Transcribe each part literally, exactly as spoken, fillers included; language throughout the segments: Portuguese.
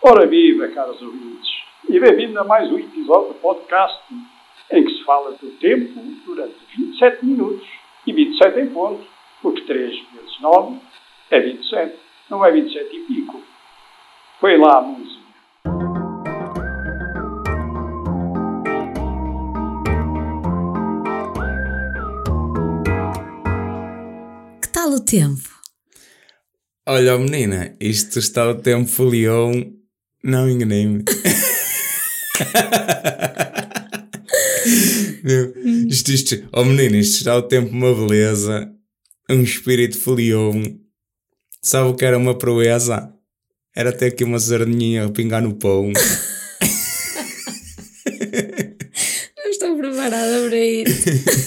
Ora viva, caros ouvintes, e bem-vindo a mais um episódio do podcast em que se fala do tempo durante vinte e sete minutos e vinte e sete em ponto, porque três vezes nove é vinte e sete, não é vinte e sete e pico. Foi lá a música. Que tal o tempo? Olha, menina, isto está o tempo folião. Não enganei-me. Meu, isto, isto, oh menina, isto está o tempo uma beleza. Um espírito folião. Sabe o que era uma proeza? Era ter aqui uma sardinha a pingar no pão. Não estou preparada para isso.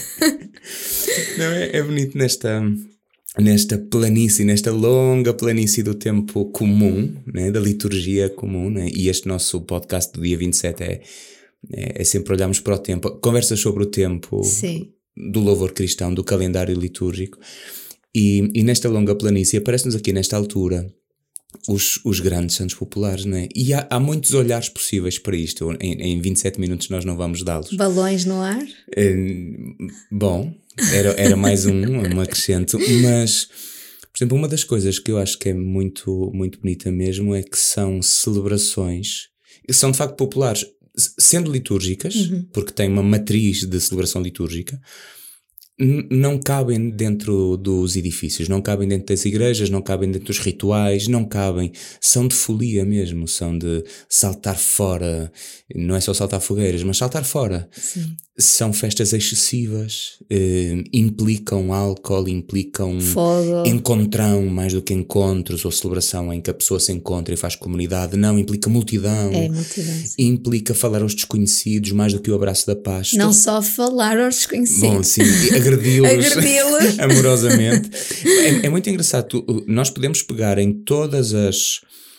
Não, é, é bonito nesta... nesta planície, nesta longa planície do tempo comum, né, da liturgia comum, né, e este nosso podcast do dia vinte e sete é, é, é sempre olharmos para o tempo, conversas sobre o tempo. Sim. Do louvor cristão, do calendário litúrgico, e, e nesta longa planície aparece-nos aqui nesta altura os, os grandes santos populares, né? E há, há muitos olhares possíveis para isto. Em, em vinte e sete minutos nós não vamos dá-los. Balões no ar? É, bom, era, era mais um, um acrescento, mas, por exemplo, uma das coisas que eu acho que é muito, muito bonita mesmo é que são celebrações, são de facto populares, sendo litúrgicas, uhum. porque têm uma matriz de celebração litúrgica, n- não cabem dentro dos edifícios, não cabem dentro das igrejas, não cabem dentro dos rituais, não cabem, são de folia mesmo, são de saltar fora, não é só saltar fogueiras, mas saltar fora. Sim. São festas excessivas, eh, implicam álcool, implicam Fogo. encontrão mais do que encontros ou celebração em que a pessoa se encontra e faz comunidade. Não, implica multidão, é, multidão implica falar aos desconhecidos mais do que o abraço da paz. Não Estou... só falar aos desconhecidos. Bom, sim, agredi-los, agredi-los. amorosamente. É, é muito engraçado, tu, nós podemos pegar em todas as...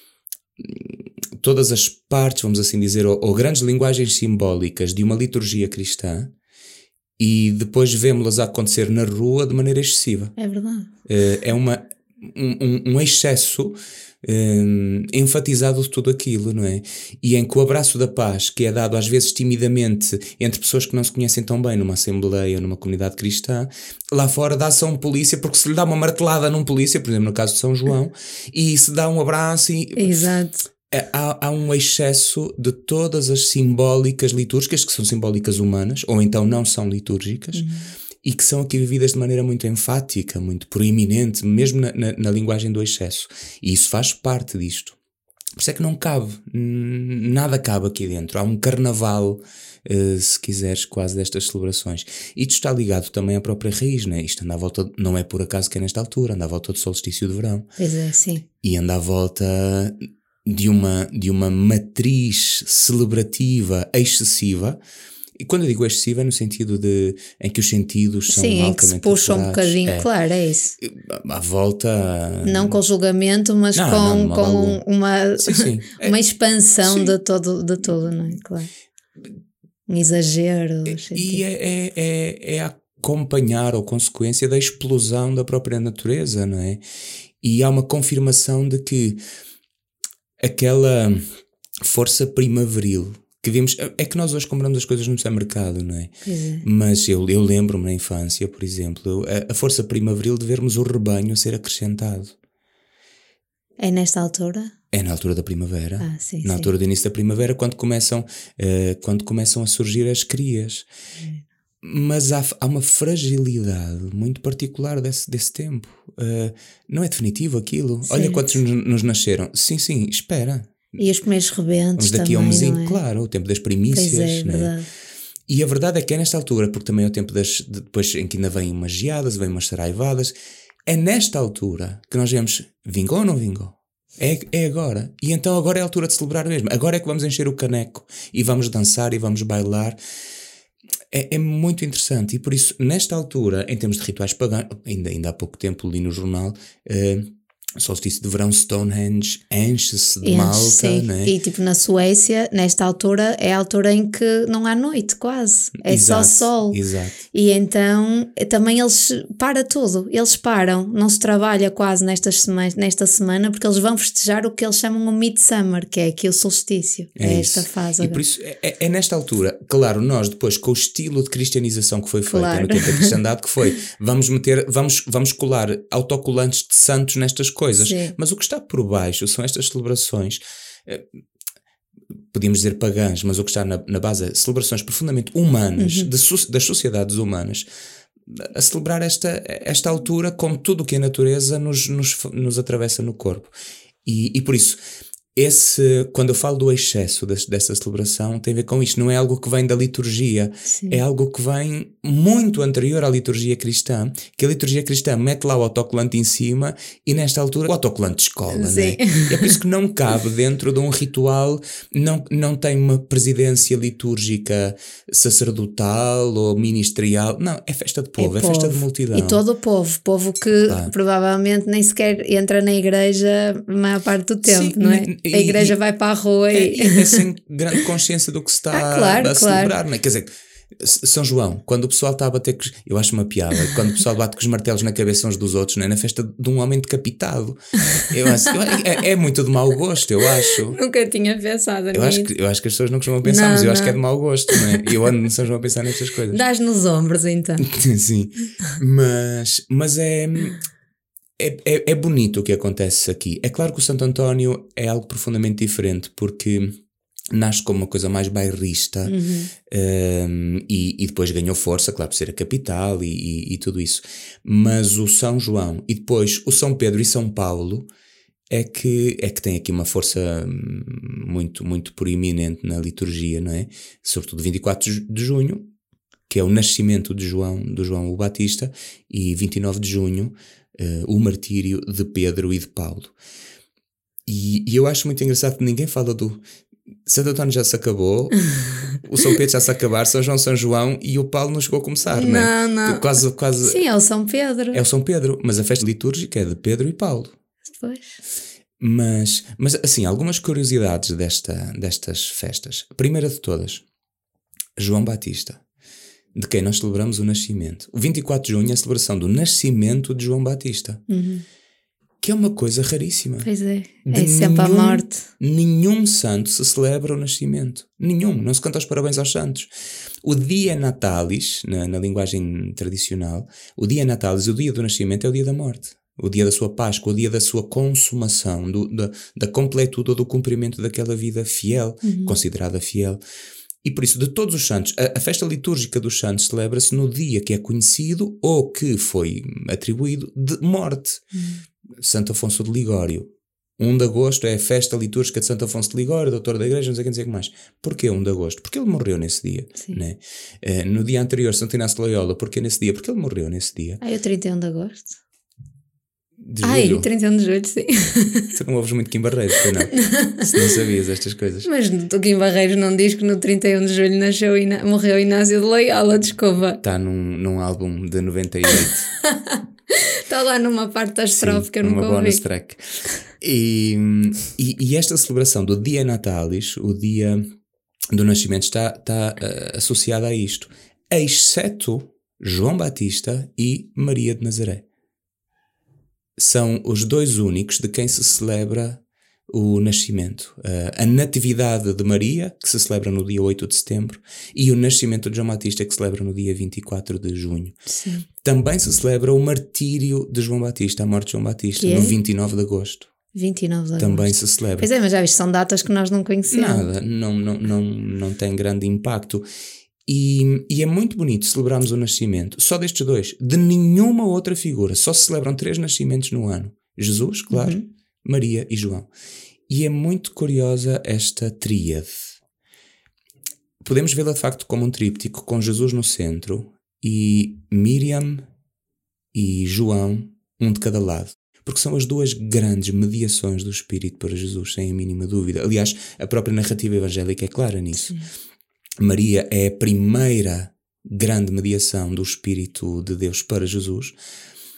todas as partes, vamos assim dizer, ou, ou grandes linguagens simbólicas de uma liturgia cristã e depois vemos-las a acontecer na rua de maneira excessiva. É verdade. É uma, um, um excesso um, enfatizado de tudo aquilo, não é? E em que o abraço da paz, que é dado às vezes timidamente entre pessoas que não se conhecem tão bem numa assembleia ou numa comunidade cristã, lá fora dá-se a um polícia, porque se lhe dá uma martelada num polícia, por exemplo no caso de São João, e se dá um abraço e... Exato. Há, há um excesso de todas as simbólicas litúrgicas, que são simbólicas humanas, ou então não são litúrgicas, uhum. e que são aqui vividas de maneira muito enfática, muito proeminente, mesmo na, na, na linguagem do excesso. E isso faz parte disto. Por isso é que não cabe, nada cabe aqui dentro. Há um carnaval, uh, se quiseres, quase destas celebrações. E isto está ligado também à própria raiz, né? Isto anda à volta, não é por acaso que é nesta altura, anda à volta do solstício de verão. Pois é, sim. E anda à volta... de uma, de uma matriz celebrativa excessiva, e quando eu digo excessiva é no sentido de, em que os sentidos são Sim, altamente em que se puxa um bocadinho, é, claro, é isso. À volta... Não com julgamento, mas não, com, não, com um, uma, sim, sim. uma expansão sim. de todo, de todo, não é? Claro. Um exagero. E é, é, é, é acompanhar ou consequência da explosão da própria natureza, não é? E há uma confirmação de que aquela força primaveril que vimos, é que nós hoje compramos as coisas no supermercado, não é? é. Mas eu, eu lembro-me na infância, por exemplo, a, a força primaveril de vermos o rebanho ser acrescentado. É nesta altura? É na altura da primavera, ah, sim, na sim. altura do início da primavera, quando começam, uh, quando começam a surgir as crias. É. Mas há, há uma fragilidade muito particular desse, desse tempo. Uh, não é definitivo aquilo. Certo. Olha quantos nos, nos nasceram. Sim, sim, espera. E os primeiros rebentos daqui também, a um mesinho, é? claro, o tempo das primícias. Pois é, né? verdade. E a verdade é que é nesta altura, porque também é o tempo das, de, depois em que ainda vêm umas geadas, vêm umas saraivadas, é nesta altura que nós vemos, vingou ou não vingou? É, é agora. E então agora é a altura de celebrar mesmo. Agora é que vamos encher o caneco e vamos dançar e vamos bailar. É, é muito interessante, e por isso, nesta altura, em termos de rituais pagãos, ainda, ainda há pouco tempo li no jornal, uh, o solstício de verão, Stonehenge enche-se de Enche, malta, sim. não é? E tipo na Suécia, nesta altura, é a altura em que não há noite quase, é Exato, só sol. Exato. E então também eles, para tudo, eles param, não se trabalha quase nestas sema- nesta semana, porque eles vão festejar o que eles chamam o Midsummer, que é aqui o solstício, é, é esta fase. E agora. por isso, é, é nesta altura, claro, nós depois, com o estilo de cristianização que foi feita Claro. no tempo da cristandade, que foi, vamos meter, vamos, vamos colar autocolantes de santos nestas coisas. Sim. Mas o que está por baixo são estas celebrações, eh, podíamos dizer pagãs, mas o que está na, na base é celebrações profundamente humanas, Uhum. de so, das sociedades humanas, a celebrar esta, esta altura com tudo o que a natureza nos, nos, nos atravessa no corpo. E, e por isso, esse, quando eu falo do excesso desse, dessa celebração, tem a ver com isto. Não é algo que vem da liturgia, Sim. é algo que vem muito anterior à liturgia cristã, que a liturgia cristã mete lá o autocolante em cima e nesta altura o autocolante escola, não é? E é por isso que não cabe dentro de um ritual, não, não tem uma presidência litúrgica sacerdotal ou ministerial, não, é festa de povo, é, é povo. Festa de multidão. E todo o povo, povo que claro. provavelmente nem sequer entra na igreja a maior parte do tempo, Sim, não é? E, a igreja e, vai para a rua e... É, e é sem grande consciência do que se está ah, claro, a claro. celebrar, não é? Quer dizer, São João, quando o pessoal está a bater, eu acho uma piada, quando o pessoal bate com os martelos na cabeça uns dos outros, não é? Na festa de um homem decapitado, eu acho, é, é muito de mau gosto, eu acho. Nunca tinha pensado eu acho, que, eu acho que as pessoas não costumam pensar, não, mas eu não. acho que é de mau gosto, não é? E eu ando no São João a pensar nestas coisas. Dás nos ombros, então. Sim, mas, mas é... É, é, é bonito o que acontece aqui. É claro que o Santo António é algo profundamente diferente, porque nasce como uma coisa mais bairrista, uhum. um, e, e depois ganhou força, claro, por ser a capital e, e, e tudo isso. Mas o São João e depois o São Pedro e São Paulo é que, é que tem aqui uma força muito, muito proeminente na liturgia, não é? Sobretudo vinte e quatro de junho, que é o nascimento de João, do João o Batista, e vinte e nove de junho, Uh, o martírio de Pedro e de Paulo. E, e eu acho muito engraçado que ninguém fala do Santo António já se acabou, o São Pedro já se acabar, São João, São João, e o Paulo não chegou a começar, não, não é? Não. Quase, quase... Sim, é o São Pedro. É o São Pedro, mas a festa litúrgica é de Pedro e Paulo. Pois. Mas, mas assim, algumas curiosidades desta, destas festas. A primeira de todas, João Batista, de quem nós celebramos o nascimento. O vinte e quatro de junho é a celebração do nascimento de João Batista, uhum. que é uma coisa raríssima. Pois é, de é sempre nenhum, a morte. Nenhum santo se celebra o nascimento. Nenhum, não se canta os parabéns aos santos. O dia natalis, na, na linguagem tradicional, o dia natalis, o dia do nascimento, é o dia da morte. O dia da sua Páscoa, o dia da sua consumação, do, da, da completude ou do cumprimento daquela vida fiel, uhum. considerada fiel. E por isso, de todos os santos, a, a festa litúrgica dos santos celebra-se no dia que é conhecido ou que foi atribuído de morte. Hum. Santo Afonso de Ligório. um de agosto é a festa litúrgica de Santo Afonso de Ligório, doutor da igreja, não sei o que dizer o que mais. Porquê um de agosto? Porque ele morreu nesse dia. Né? Uh, no dia anterior, Santo Inácio de Loyola, porquê nesse dia? Porque ele morreu nesse dia. Ah, é o trinta e um de agosto? De Ai, julho. trinta e um de julho, sim. Tu não ouves muito Kim Barreiros, não? Se não sabias estas coisas. Mas o Kim Barreiros não diz que no trinta e um de julho nasceu Iná... morreu Inácio de Loyola, desculpa. Está num, num álbum de noventa e oito. Está lá numa parte da estrofe que eu nunca ouvi. Uma bonus track. E, e, e esta celebração do dia natalis, o dia do nascimento, está, está uh, associada a isto, exceto João Batista e Maria de Nazaré. São os dois únicos de quem se celebra o nascimento. Uh, a natividade de Maria, que se celebra no dia oito de setembro, e o nascimento de João Batista, que se celebra no dia vinte e quatro de junho. Sim. Também se celebra o martírio de João Batista, a morte de João Batista, no vinte e nove de agosto. vinte e nove de agosto. Também se celebra. Pois é, mas já viste, são datas que nós não conhecemos. Nada, não, não, não, não tem grande impacto. E, e é muito bonito celebrarmos o nascimento só destes dois, de nenhuma outra figura. Só se celebram três nascimentos no ano: Jesus, claro, uhum. Maria e João. E é muito curiosa esta tríade. Podemos vê-la de facto como um tríptico, com Jesus no centro e Miriam e João, um de cada lado. Porque são as duas grandes mediações do Espírito para Jesus, sem a mínima dúvida. Aliás, a própria narrativa evangélica é clara nisso. Sim. Maria é a primeira grande mediação do Espírito de Deus para Jesus.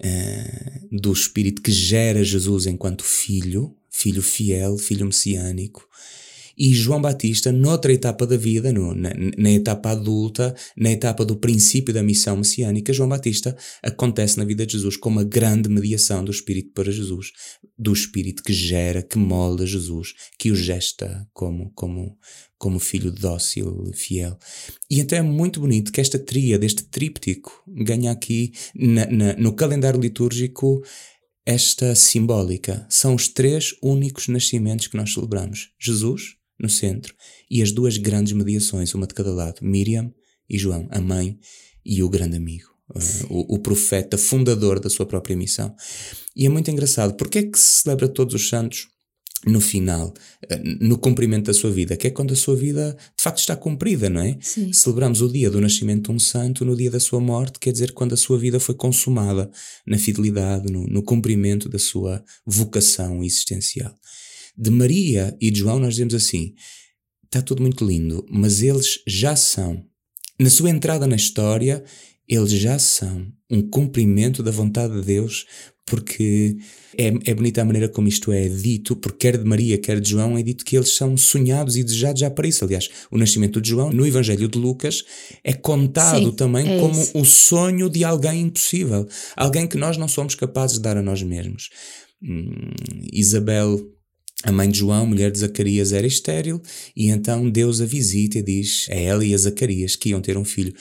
uh, do Espírito que gera Jesus enquanto filho, filho fiel, filho messiânico. E João Batista, noutra etapa da vida, no, na, na etapa adulta, na etapa do princípio da missão messiânica, João Batista acontece na vida de Jesus como a grande mediação do Espírito para Jesus, do Espírito que gera, que molda Jesus, que o gesta como, como, como filho dócil, fiel. E então é muito bonito que esta tríade, este tríptico, ganha aqui na, na, no calendário litúrgico esta simbólica. São os três únicos nascimentos que nós celebramos. Jesus no centro e as duas grandes mediações, uma de cada lado, Miriam e João, a mãe e o grande amigo, uh, o, o profeta fundador da sua própria missão. E é muito engraçado, porque é que se celebra todos os santos no final, uh, no cumprimento da sua vida, que é quando a sua vida de facto está cumprida, não é? Sim. Celebramos o dia do nascimento de um santo no dia da sua morte, quer dizer quando a sua vida foi consumada na fidelidade, no, no cumprimento da sua vocação existencial. De Maria e de João nós dizemos assim, está tudo muito lindo, mas eles já são, na sua entrada na história, eles já são um cumprimento da vontade de Deus, porque é, é bonita a maneira como isto é dito, porque quer de Maria, quer de João, é dito que eles são sonhados e desejados já para isso. Aliás, o nascimento de João, no Evangelho de Lucas, é contado Sim, também é como isso. O sonho de alguém impossível, alguém que nós não somos capazes de dar a nós mesmos. Hum, Isabel, a mãe de João, mulher de Zacarias, era estéril, e então Deus a visita e diz a ela e a Zacarias que iam ter um filho.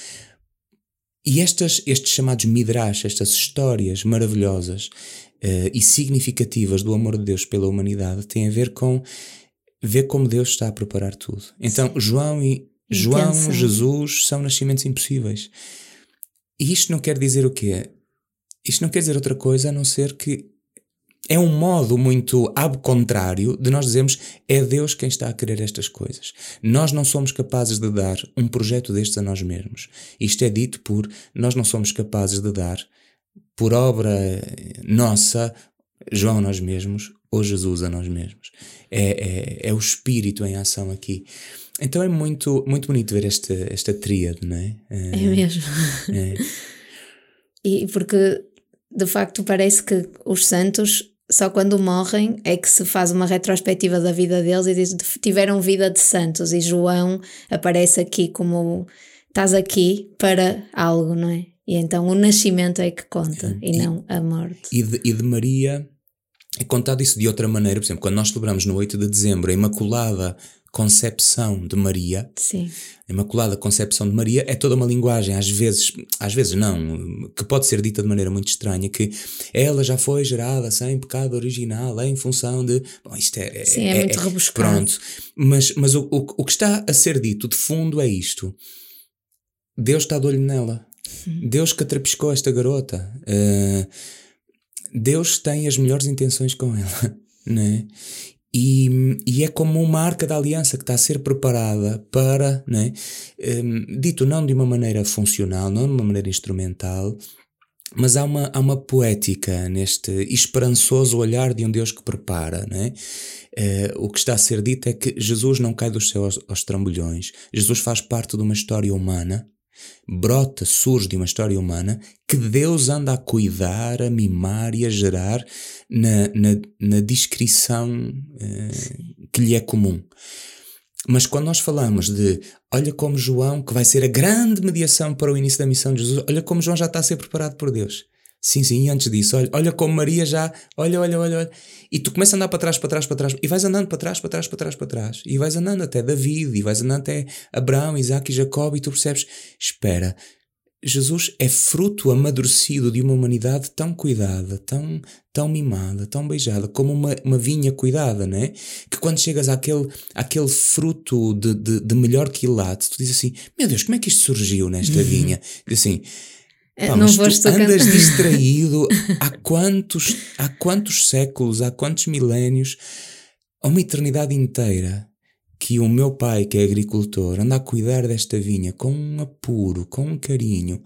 E estas, estes chamados midrash, estas histórias maravilhosas uh, e significativas do amor de Deus pela humanidade, têm a ver com ver como Deus está a preparar tudo. Então, João e João, Jesus são nascimentos impossíveis. E isto não quer dizer o quê? Isto não quer dizer outra coisa a não ser que é um modo muito ab contrário de nós dizermos é Deus quem está a querer estas coisas. Nós não somos capazes de dar um projeto destes a nós mesmos. Isto é dito por nós não somos capazes de dar por obra nossa João a nós mesmos ou Jesus a nós mesmos. É, é, é o Espírito em ação aqui. Então é muito, muito bonito ver esta, esta tríade, não é? É, é mesmo. É. E porque de facto parece que os santos só quando morrem é que se faz uma retrospectiva da vida deles e diz tiveram vida de santos, e João aparece aqui como estás aqui para algo, não é? E então o nascimento é que conta e, e não a morte. E de, e de Maria é contado isso de outra maneira. Por exemplo, quando nós celebramos no oito de dezembro a Imaculada Concepção de Maria, Sim. a Imaculada Concepção de Maria é toda uma linguagem, às vezes, às vezes não, que pode ser dita de maneira muito estranha, que ela já foi gerada sem pecado original, em função de... Bom, isto é... Sim, é, é muito é, rebuscado. Pronto, mas, mas o, o, o que está a ser dito de fundo é isto. Deus está de olho nela. Hum. Deus catrapiscou esta garota. Uh, Deus tem as melhores intenções com ela, não é? E, e é como uma arca da aliança que está a ser preparada para, né, um, dito não de uma maneira funcional, não de uma maneira instrumental, mas há uma, há uma poética neste esperançoso olhar de um Deus que prepara, né? Uh, o que está a ser dito é que Jesus não cai dos céus aos, aos trambolhões. Jesus faz parte de uma história humana, brota, surge de uma história humana que Deus anda a cuidar, a mimar e a gerar na, na, na descrição uh, que lhe é comum. Mas quando nós falamos de olha como João, que vai ser a grande mediação para o início da missão de Jesus, olha como João já está a ser preparado por Deus. Sim, sim, e antes disso, olha, olha como Maria já, olha, olha, olha, olha. E tu começas a andar para trás, para trás, para trás, e vais andando para trás, para trás, para trás, para trás, e vais andando até David, e vais andando até Abraão, Isaac e Jacó, e tu percebes, espera, Jesus é fruto amadurecido de uma humanidade tão cuidada, tão, tão mimada, tão beijada, como uma, uma vinha cuidada, não é? Que quando chegas àquele, àquele fruto de, de, de melhor quilate, tu dizes assim, meu Deus, como é que isto surgiu nesta vinha? Diz assim... Pá, não mas tu andas distraído há quantos, há quantos séculos, há quantos milénios, há uma eternidade inteira que o meu pai, que é agricultor, anda a cuidar desta vinha com um apuro, com um carinho.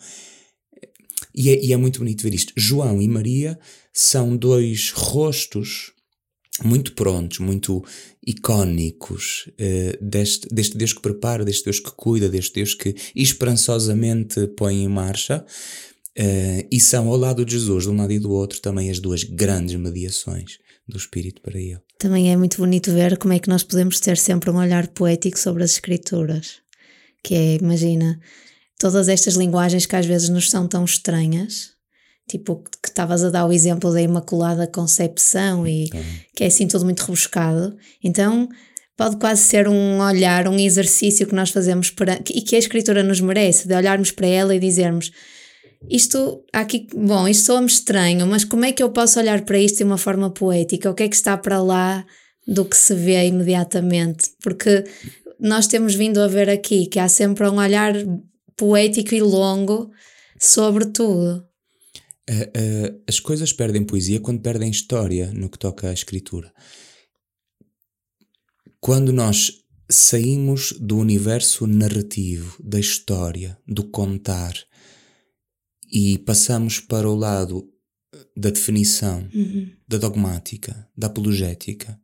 E é, e é muito bonito ver isto. João e Maria são dois rostos muito prontos, muito icónicos uh, deste, deste Deus que prepara, deste Deus que cuida, deste Deus que esperançosamente põe em marcha Uh, e são ao lado de Jesus, de um lado e do outro, também as duas grandes mediações do Espírito para ele. Também é muito bonito ver como é que nós podemos ter sempre um olhar poético sobre as Escrituras, que é, imagina, todas estas linguagens que às vezes nos são tão estranhas, tipo que estavas a dar o exemplo da Imaculada Concepção e então, que é assim tudo muito rebuscado, então pode quase ser um olhar, um exercício que nós fazemos para, e que a Escritura nos merece, de olharmos para ela e dizermos: isto aqui, bom, isto soa-me estranho, mas como é que eu posso olhar para isto de uma forma poética? O que é que está para lá do que se vê imediatamente? Porque nós temos vindo a ver aqui que há sempre um olhar poético e longo sobre tudo. Uh, uh, as coisas perdem poesia quando perdem história no que toca à escritura. Quando nós saímos do universo narrativo, da história, do contar, e passamos para o lado da definição, uhum. da dogmática, da apologética.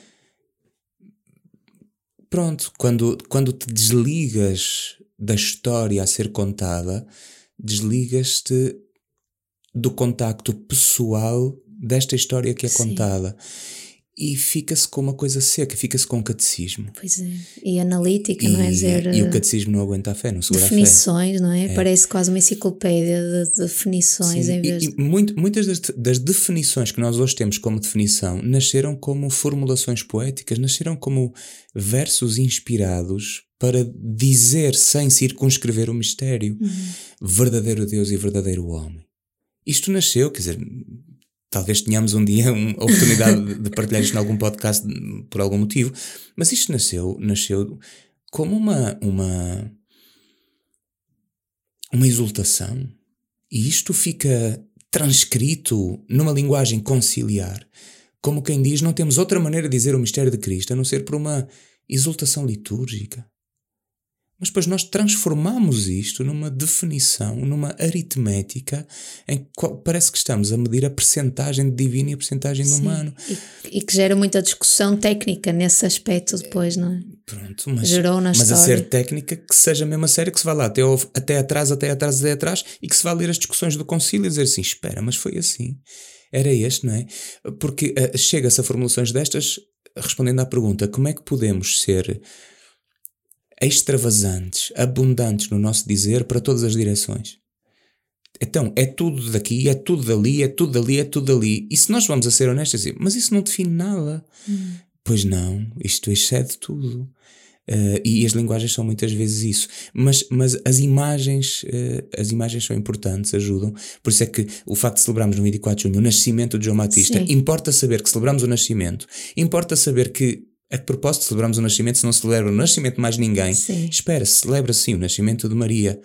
Pronto, quando, quando te desligas da história a ser contada, desligas-te do contacto pessoal desta história que é Sim. contada. E fica-se com uma coisa seca, fica-se com um catecismo. Pois é, e analítica, e, não é? Dizer, e o catecismo não aguenta a fé, não segura definições, a fé. Não é? é? Parece quase uma enciclopédia de definições. Sim, em vez e, de... e muito, muitas das, das definições que nós hoje temos como definição nasceram como formulações poéticas, nasceram como versos inspirados para dizer sem circunscrever o mistério, uhum. verdadeiro Deus e verdadeiro homem. Isto nasceu, quer dizer... Talvez tenhamos um dia uma oportunidade de partilhar isto em algum podcast por algum motivo, mas isto nasceu, nasceu como uma, uma, uma exultação, e isto fica transcrito numa linguagem conciliar, como quem diz: não temos outra maneira de dizer o mistério de Cristo a não ser por uma exultação litúrgica. Mas depois nós transformamos isto numa definição, numa aritmética em que parece que estamos a medir a percentagem de divino e a percentagem de humano. E, e que gera muita discussão técnica nesse aspecto depois, não é? Pronto, mas, Gerou na mas história. A ser técnica que seja mesmo a sério, que se vá lá até, ao, até atrás, até atrás, até atrás, e que se vá ler as discussões do concílio e dizer assim: espera, mas foi assim. Era este, não é? Porque uh, chega-se a formulações destas respondendo à pergunta: como é que podemos ser extravasantes, abundantes no nosso dizer para todas as direções? Então, é tudo daqui, é tudo dali, é tudo dali, é tudo dali. E se nós vamos a ser honestos, assim, mas isso não define nada. Hum. Pois não, isto excede tudo. Uh, e as linguagens são muitas vezes isso. Mas, mas as imagens, uh, as imagens são importantes, ajudam. Por isso é que o facto de celebrarmos no vinte e quatro de junho o nascimento de João Batista, Sim. importa saber que celebramos o nascimento, importa saber que a que propósito celebramos o nascimento se não se celebra o nascimento de mais ninguém? Sim. Espera, celebra sim o nascimento de Maria.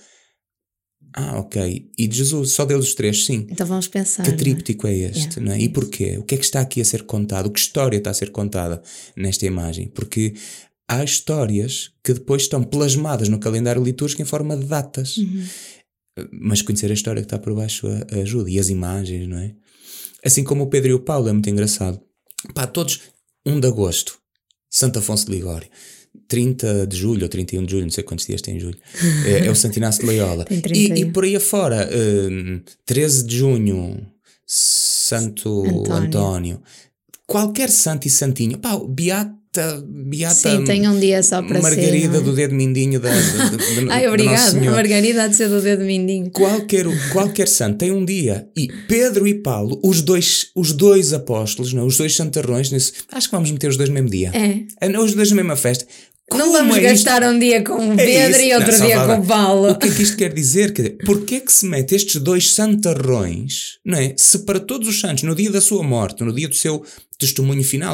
Ah, ok. E de Jesus, só deles os três, sim. Então vamos pensar. Que tríptico é, é este, yeah, não é? E porquê? O que é que está aqui a ser contado? Que história está a ser contada nesta imagem? Porque há histórias que depois estão plasmadas no calendário litúrgico em forma de datas. Uhum. Mas conhecer a história que está por baixo ajuda. E as imagens, não é? Assim como o Pedro e o Paulo, é muito engraçado. Pá, todos, um de agosto. Santo Afonso de Ligório, trinta de julho ou trinta e um de julho, não sei quantos dias tem em julho, é, é o Santo Inácio de Loyola. e, e por aí afora, um, treze de junho, Santo António. António. Qualquer santo e santinho, pá, Beata, Beata Sim, tem um dia só para Margarida ser, do dedo mindinho da, da, da, Ai, obrigado, a Margarida há de ser do dedo mindinho. Qualquer, qualquer santo tem um dia. E Pedro e Paulo, os dois, os dois apóstolos, não, os dois santarrões, nesse, acho que vamos meter os dois no mesmo dia. É. Os dois na mesma festa. Como não vamos é gastar isto? Um dia com o Pedro é e outro não, dia com o Paulo. O que é que isto quer dizer? Quer dizer, porquê é que se mete estes dois santarrões, não é? Se para todos os santos, no dia da sua morte, no dia do seu testemunho final,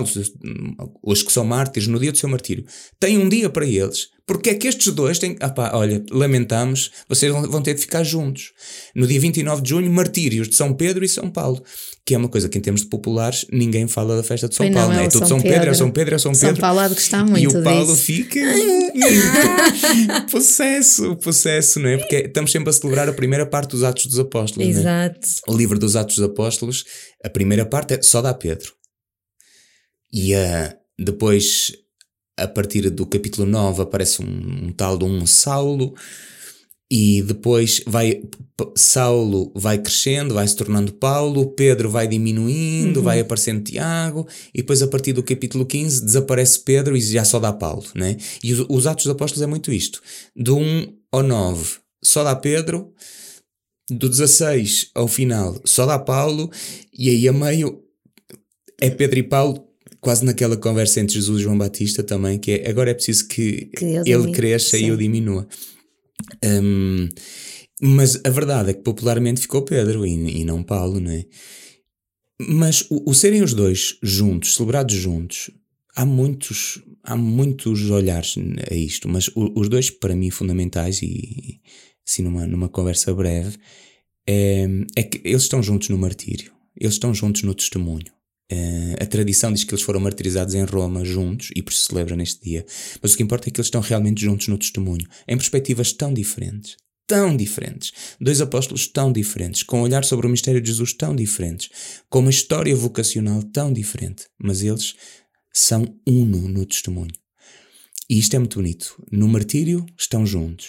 os que são mártires, no dia do seu martírio, tem um dia para eles. Porque é que estes dois têm... Ah pá, olha, lamentamos, vocês vão ter de ficar juntos. No dia vinte e nove de junho, martírios de São Pedro e São Paulo. Que é uma coisa que em termos de populares ninguém fala da festa de São Bem, Paulo, não, não é? É tudo São Pedro, Pedro, é São Pedro, é São Pedro. São Paulo há de gostar muito e o Paulo disso. fica... possesso, possesso, não é? Porque estamos sempre a celebrar a primeira parte dos Atos dos Apóstolos. Exato. Não é? O livro dos Atos dos Apóstolos, a primeira parte é só dá Pedro. E uh, depois, a partir do capítulo nove, aparece um, um tal de um Saulo. E depois vai, Saulo vai crescendo, vai se tornando Paulo, Pedro vai diminuindo, uhum. vai aparecendo Tiago, e depois a partir do capítulo quinze desaparece Pedro e já só dá Paulo, né? E os, os Atos dos Apóstolos é muito isto. Do um ao nove só dá Pedro, do dezasseis ao final só dá Paulo, e aí a meio é Pedro e Paulo, quase naquela conversa entre Jesus e João Batista também, que é agora é preciso que, que ele cresça e eu diminua. Um, mas a verdade é que popularmente ficou Pedro e, e não Paulo, não é? Mas o, o serem os dois juntos, celebrados juntos, há muitos, há muitos olhares a isto, mas o, os dois para mim fundamentais, e assim numa, numa conversa breve, é, é que eles estão juntos no martírio, eles estão juntos no testemunho. Uh, a tradição diz que eles foram martirizados em Roma juntos e por isso se celebra neste dia, mas o que importa é que eles estão realmente juntos no testemunho, em perspectivas tão diferentes, tão diferentes, dois apóstolos tão diferentes, com um olhar sobre o mistério de Jesus tão diferentes, com uma história vocacional tão diferente, mas eles são uno no testemunho. E isto é muito bonito. No martírio estão juntos,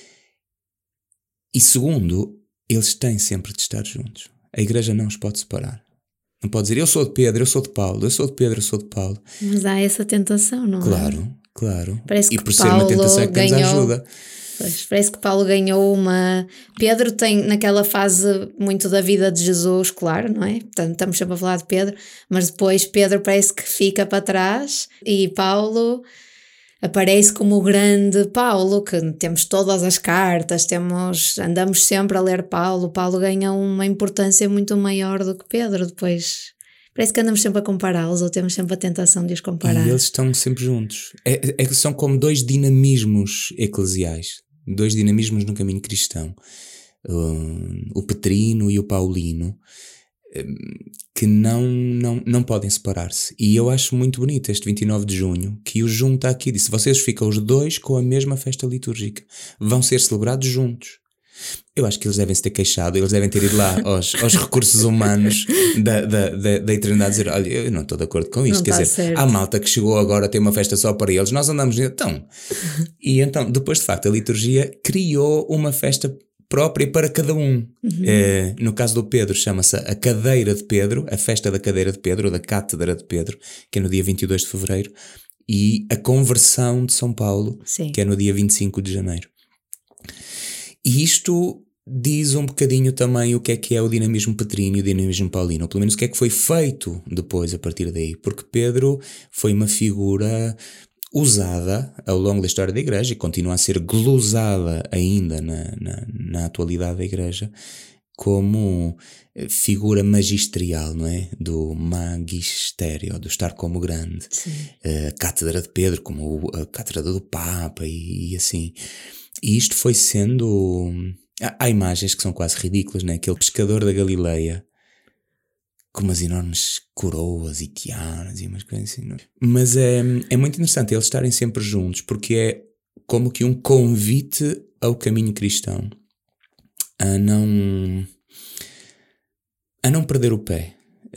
e segundo, eles têm sempre de estar juntos. A igreja não os pode separar. Não pode dizer, eu sou de Pedro, eu sou de Paulo, eu sou de Pedro, eu sou de Paulo. Mas há essa tentação, não claro, é? Claro, claro. Parece e que por Paulo ser uma tentação é que ganhou, nos ajuda. Pois, parece que Paulo ganhou uma... Pedro tem naquela fase muito da vida de Jesus, claro, não é? Portanto, estamos sempre a falar de Pedro, mas depois Pedro parece que fica para trás e Paulo aparece como o grande Paulo, que temos todas as cartas, temos, andamos sempre a ler Paulo. Paulo ganha uma importância muito maior do que Pedro depois. Parece que andamos sempre a compará-los ou temos sempre a tentação de os comparar. E eles estão sempre juntos. É, é que são como dois dinamismos eclesiais, dois dinamismos no caminho cristão. Uh, o Petrino e o Paulino, que não, não, não podem separar-se. E eu acho muito bonito este vinte e nove de junho, que os junta aqui. Disse, vocês ficam os dois com a mesma festa litúrgica. Vão ser celebrados juntos. Eu acho que eles devem se ter queixado, eles devem ter ido lá aos, aos recursos humanos da, da, da, da eternidade dizer, olha, eu não estou de acordo com isto. Não Quer dizer, certo. Há malta que chegou agora a ter uma festa só para eles, nós andamos... Então, e então, depois de facto, a liturgia criou uma festa própria para cada um. Uhum. É, no caso do Pedro, chama-se a Cadeira de Pedro, a festa da Cadeira de Pedro, ou da Cátedra de Pedro, que é no dia vinte e dois de fevereiro, e a Conversão de São Paulo, Sim. que é no dia vinte e cinco de janeiro. E isto diz um bocadinho também o que é que é o dinamismo petrino e o dinamismo paulino, ou pelo menos o que é que foi feito depois a partir daí, porque Pedro foi uma figura usada ao longo da história da Igreja e continua a ser glosada ainda na, na, na atualidade da Igreja como figura magisterial, não é? Do magistério, do estar como grande. Sim. A Cátedra de Pedro como a Cátedra do Papa e, e assim. E isto foi sendo... Há, há imagens que são quase ridículas, não é? Aquele pescador da Galileia com umas enormes coroas e tiaras e umas coisas assim. Não é? Mas é, é muito interessante eles estarem sempre juntos, porque é como que um convite ao caminho cristão a não, a não perder o pé.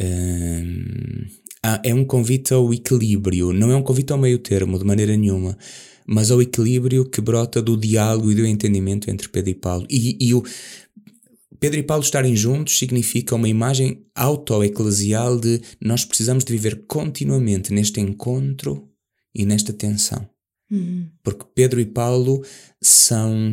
É um convite ao equilíbrio, não é um convite ao meio termo de maneira nenhuma, mas ao equilíbrio que brota do diálogo e do entendimento entre Pedro e Paulo. E, e o Pedro e Paulo estarem juntos significa uma imagem auto-eclesial de nós precisamos de viver continuamente neste encontro e nesta tensão. Uhum. Porque Pedro e Paulo são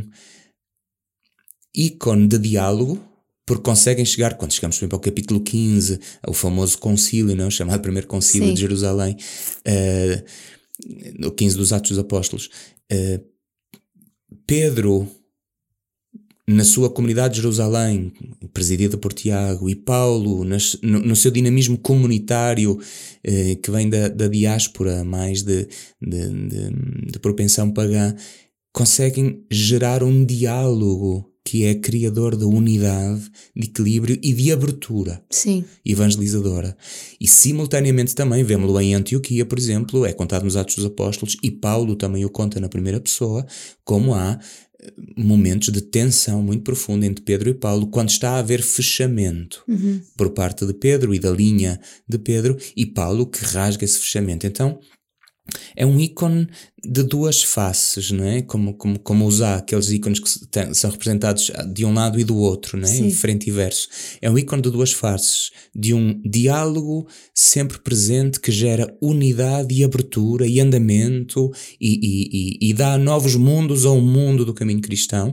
ícone de diálogo, porque conseguem chegar, quando chegamos para o capítulo quinze, ao famoso concílio, não? O chamado primeiro concílio Sim. de Jerusalém, uh, no quinze dos Atos dos Apóstolos, uh, Pedro, na sua comunidade de Jerusalém, presidida por Tiago, e Paulo, nas, no, no seu dinamismo comunitário, eh, que vem da, da diáspora, mais de, de, de, de propensão pagã, conseguem gerar um diálogo que é criador de unidade, de equilíbrio e de abertura Sim. evangelizadora. E simultaneamente também, vemos-lo em Antioquia, por exemplo, é contado nos Atos dos Apóstolos, e Paulo também o conta na primeira pessoa, como há momentos de tensão muito profunda entre Pedro e Paulo, quando está a haver fechamento uhum. por parte de Pedro e da linha de Pedro, e Paulo que rasga esse fechamento. Então, é um ícone de duas faces, não é? Como, como, como usar aqueles ícones que tem, são representados de um lado e do outro, não é? Em frente e verso. É um ícone de duas faces, de um diálogo sempre presente que gera unidade e abertura e andamento e, e, e, e dá novos mundos ao mundo do caminho cristão.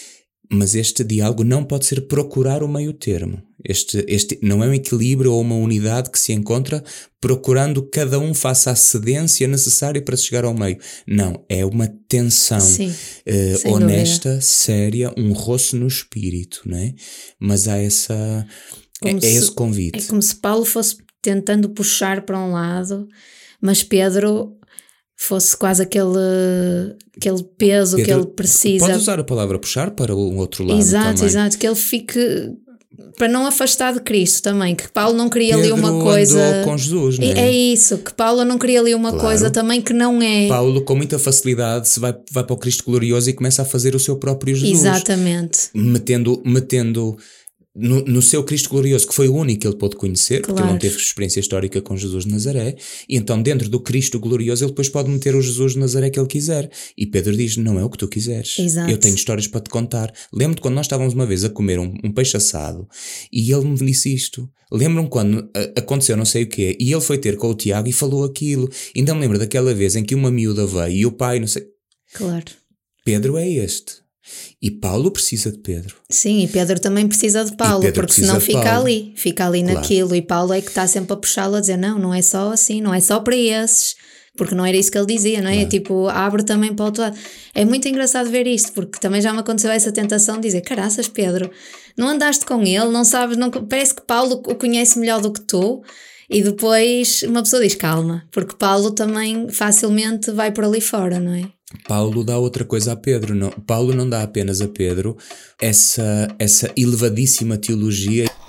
Mas este diálogo não pode ser procurar o meio termo. Este, este não é um equilíbrio ou uma unidade que se encontra procurando cada um faça a cedência necessária para chegar ao meio. Não, é uma tensão Sim, uh, honesta, dúvida. Séria, um roço no espírito, não é? Mas há essa, é, é esse convite. É como se Paulo fosse tentando puxar para um lado, mas Pedro fosse quase aquele, aquele peso Pedro, que ele precisa. Pode usar a palavra puxar para o outro lado exato, também. Exato, que ele fique, para não afastar de Cristo também, que Paulo não queria Pedro ali uma coisa... andou com Jesus, não é? É isso, que Paulo não queria ali uma claro. Coisa também que não é... Paulo com muita facilidade se vai, vai para o Cristo glorioso e começa a fazer o seu próprio Jesus. Exatamente. Metendo... metendo No, no seu Cristo glorioso, que foi o único que ele pôde conhecer, claro. Porque ele não teve experiência histórica com Jesus de Nazaré, e então dentro do Cristo glorioso ele depois pode meter o Jesus de Nazaré que ele quiser, e Pedro diz, não é o que tu quiseres. Exato. Eu tenho histórias para te contar. Lembro-te quando nós estávamos uma vez a comer um, um peixe assado, e ele me disse isto. Lembram quando a, aconteceu não sei o quê, e ele foi ter com o Tiago e falou aquilo. Ainda me lembro daquela vez em que uma miúda veio, e o pai não sei... Claro. Pedro é este. E Paulo precisa de Pedro. Sim, e Pedro também precisa de Paulo, porque senão fica Paulo. ali, fica ali claro. Naquilo, e Paulo é que está sempre a puxá-lo a dizer, não, não é só assim, não é só para esses, porque não era isso que ele dizia, não é? Claro. É tipo, abre também para o outro lado. É muito engraçado ver isto, porque também já me aconteceu essa tentação de dizer, caraças Pedro, não andaste com ele, não sabes, não, parece que Paulo o conhece melhor do que tu, e depois uma pessoa diz, calma, porque Paulo também facilmente vai por ali fora, não é? Paulo dá outra coisa a Pedro. Não, Paulo não dá apenas a Pedro essa, essa elevadíssima teologia